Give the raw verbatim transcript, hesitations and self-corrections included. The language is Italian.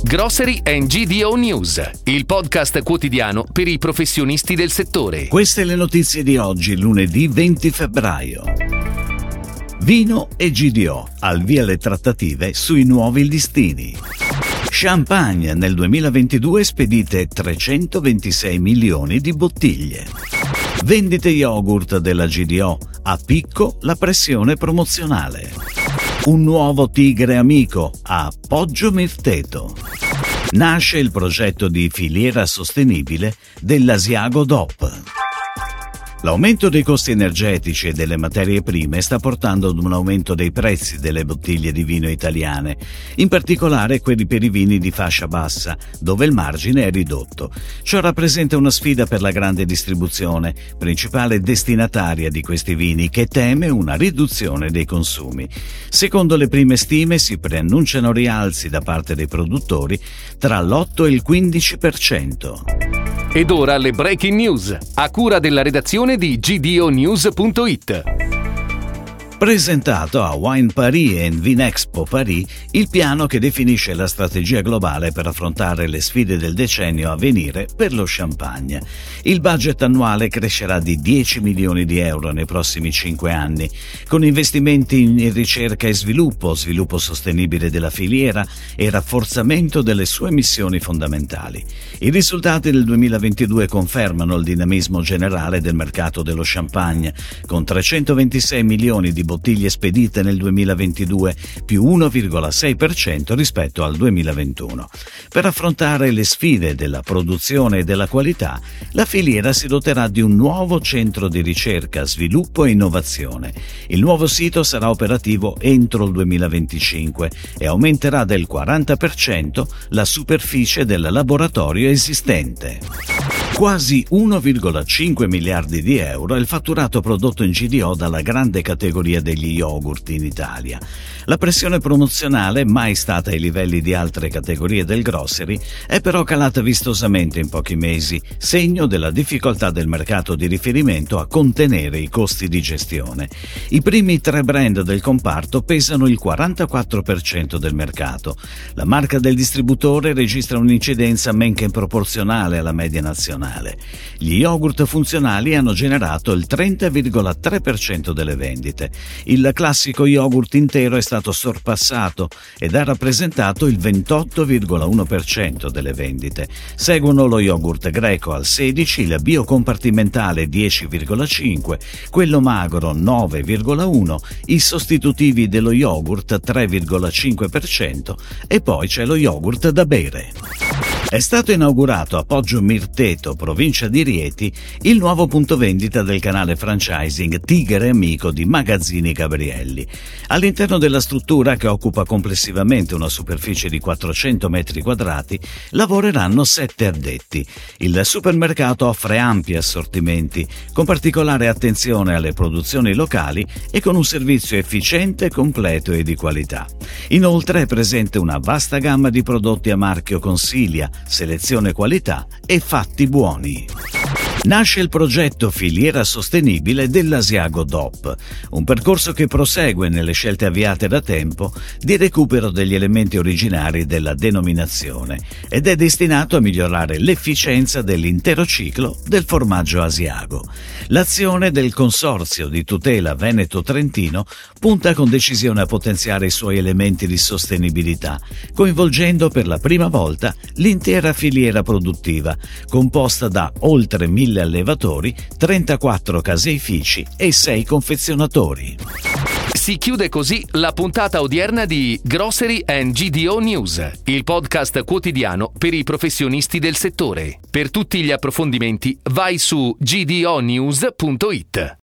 Grocery and G D O News, il podcast quotidiano per i professionisti del settore. Queste le notizie di oggi, lunedì venti febbraio. Vino e G D O, al via le trattative sui nuovi listini. Champagne, nel duemilaventidue spedite trecentoventisei milioni di bottiglie. Vendite yogurt della G D O, a picco la pressione promozionale. Un nuovo tigre amico a Poggio Mirteto. Nasce il progetto di filiera sostenibile dell'Asiago D O P. L'aumento dei costi energetici e delle materie prime sta portando ad un aumento dei prezzi delle bottiglie di vino italiane, in particolare quelli per i vini di fascia bassa, dove il margine è ridotto. Ciò rappresenta una sfida per la grande distribuzione, principale destinataria di questi vini, che teme una riduzione dei consumi. Secondo le prime stime si preannunciano rialzi da parte dei produttori tra l'otto e il quindici per cento. Ed ora le breaking news, a cura della redazione di G D O News punto it. Presentato a Wine Paris e Vinexpo Paris il piano che definisce la strategia globale per affrontare le sfide del decennio a venire per lo champagne. Il budget annuale crescerà di dieci milioni di euro nei prossimi cinque anni, con investimenti in ricerca e sviluppo, sviluppo sostenibile della filiera e rafforzamento delle sue missioni fondamentali. I risultati del duemilaventidue confermano il dinamismo generale del mercato dello champagne, con trecentoventisei milioni di bottiglie spedite nel duemilaventidue, più uno virgola sei per cento rispetto al duemilaventuno. Per affrontare le sfide della produzione e della qualità, la filiera si doterà di un nuovo centro di ricerca, sviluppo e innovazione. Il nuovo sito sarà operativo entro il duemilaventicinque e aumenterà del quaranta per cento la superficie del laboratorio esistente. Quasi uno virgola cinque miliardi di euro è il fatturato prodotto in G D O dalla grande categoria degli yogurt in Italia. La pressione promozionale, mai stata ai livelli di altre categorie del grocery, è però calata vistosamente in pochi mesi, segno della difficoltà del mercato di riferimento a contenere i costi di gestione. I primi tre brand del comparto pesano il quarantaquattro per cento del mercato. La marca del distributore registra un'incidenza men che proporzionale alla media nazionale. Gli yogurt funzionali hanno generato il trenta virgola tre per cento delle vendite. Il classico yogurt intero è stato sorpassato ed ha rappresentato il ventotto virgola uno per cento delle vendite. Seguono lo yogurt greco al sedici, il biocompartimentale dieci virgola cinque, quello magro nove virgola uno, i sostitutivi dello yogurt tre virgola cinque per cento e poi c'è lo yogurt da bere. È stato inaugurato a Poggio Mirteto, provincia di Rieti, il nuovo punto vendita del canale franchising Tigre Amico di Magazzini Gabrielli. All'interno della struttura, che occupa complessivamente una superficie di quattrocento metri quadrati, lavoreranno sette addetti. Il supermercato offre ampi assortimenti, con particolare attenzione alle produzioni locali e con un servizio efficiente, completo e di qualità. Inoltre è presente una vasta gamma di prodotti a marchio Consiglia, selezione qualità e fatti buoni. Nasce il progetto Filiera Sostenibile dell'Asiago D O P, un percorso che prosegue nelle scelte avviate da tempo di recupero degli elementi originari della denominazione ed è destinato a migliorare l'efficienza dell'intero ciclo del formaggio asiago. L'azione del Consorzio di Tutela Veneto Trentino punta con decisione a potenziare i suoi elementi di sostenibilità, coinvolgendo per la prima volta l'intera filiera produttiva, composta da oltre mille allevatori, trentaquattro caseifici e sei confezionatori. Si chiude così la puntata odierna di Grocery and G D O News, il podcast quotidiano per i professionisti del settore. Per tutti gli approfondimenti vai su G D O News punto it.